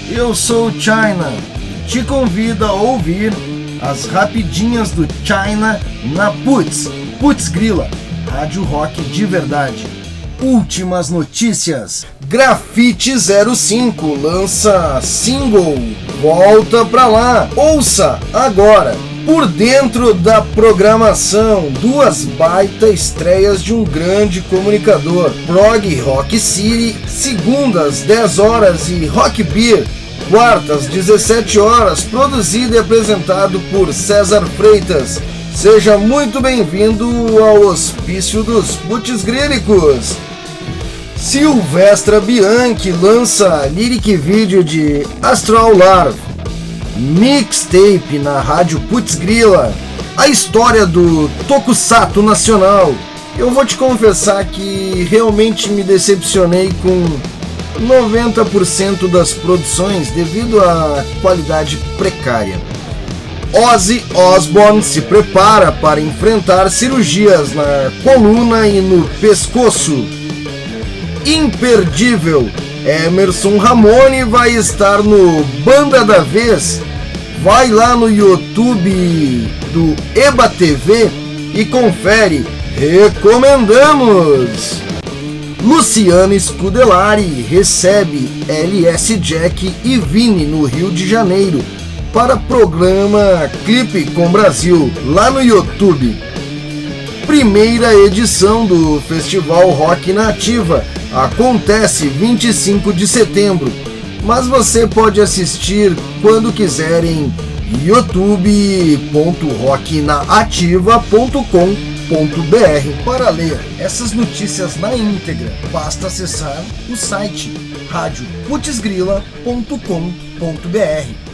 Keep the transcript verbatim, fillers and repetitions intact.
Eu sou o China e te convido a ouvir as rapidinhas do China na Putz, Putz Grila, rádio rock de verdade. Últimas notícias. Grafite zero cinco lança single Volta Pra Lá. Ouça agora. Por dentro da programação, duas baita estreias de um grande comunicador. Prog Rock City, segundas dez horas e Rock Beer, quartas dezessete horas, produzido e apresentado por César Freitas. Seja muito bem-vindo ao hospício dos Putz Grílicos. Silvestra Bianchi lança lyric video de Astral Larve. Mixtape na rádio Putz Grila. A história do Tokusatsu nacional. Eu vou te confessar que realmente me decepcionei com noventa por cento das produções devido à qualidade precária. Ozzy Osbourne se prepara para enfrentar cirurgias na coluna e no pescoço. Imperdível, Emerson Ramone vai estar no Banda da Vez. Vai lá no YouTube do Eba T V e confere. Recomendamos! Luciano Scudellari recebe L S Jack e Vini no Rio de Janeiro para programa Clipe com Brasil lá no YouTube. Primeira edição do Festival Rock Nativa acontece vinte e cinco de setembro, mas você pode assistir quando quiser em youtube ponto rock na ativa ponto com ponto b r. Para ler essas notícias na íntegra, basta acessar o site rádio putzgrila ponto com ponto b r.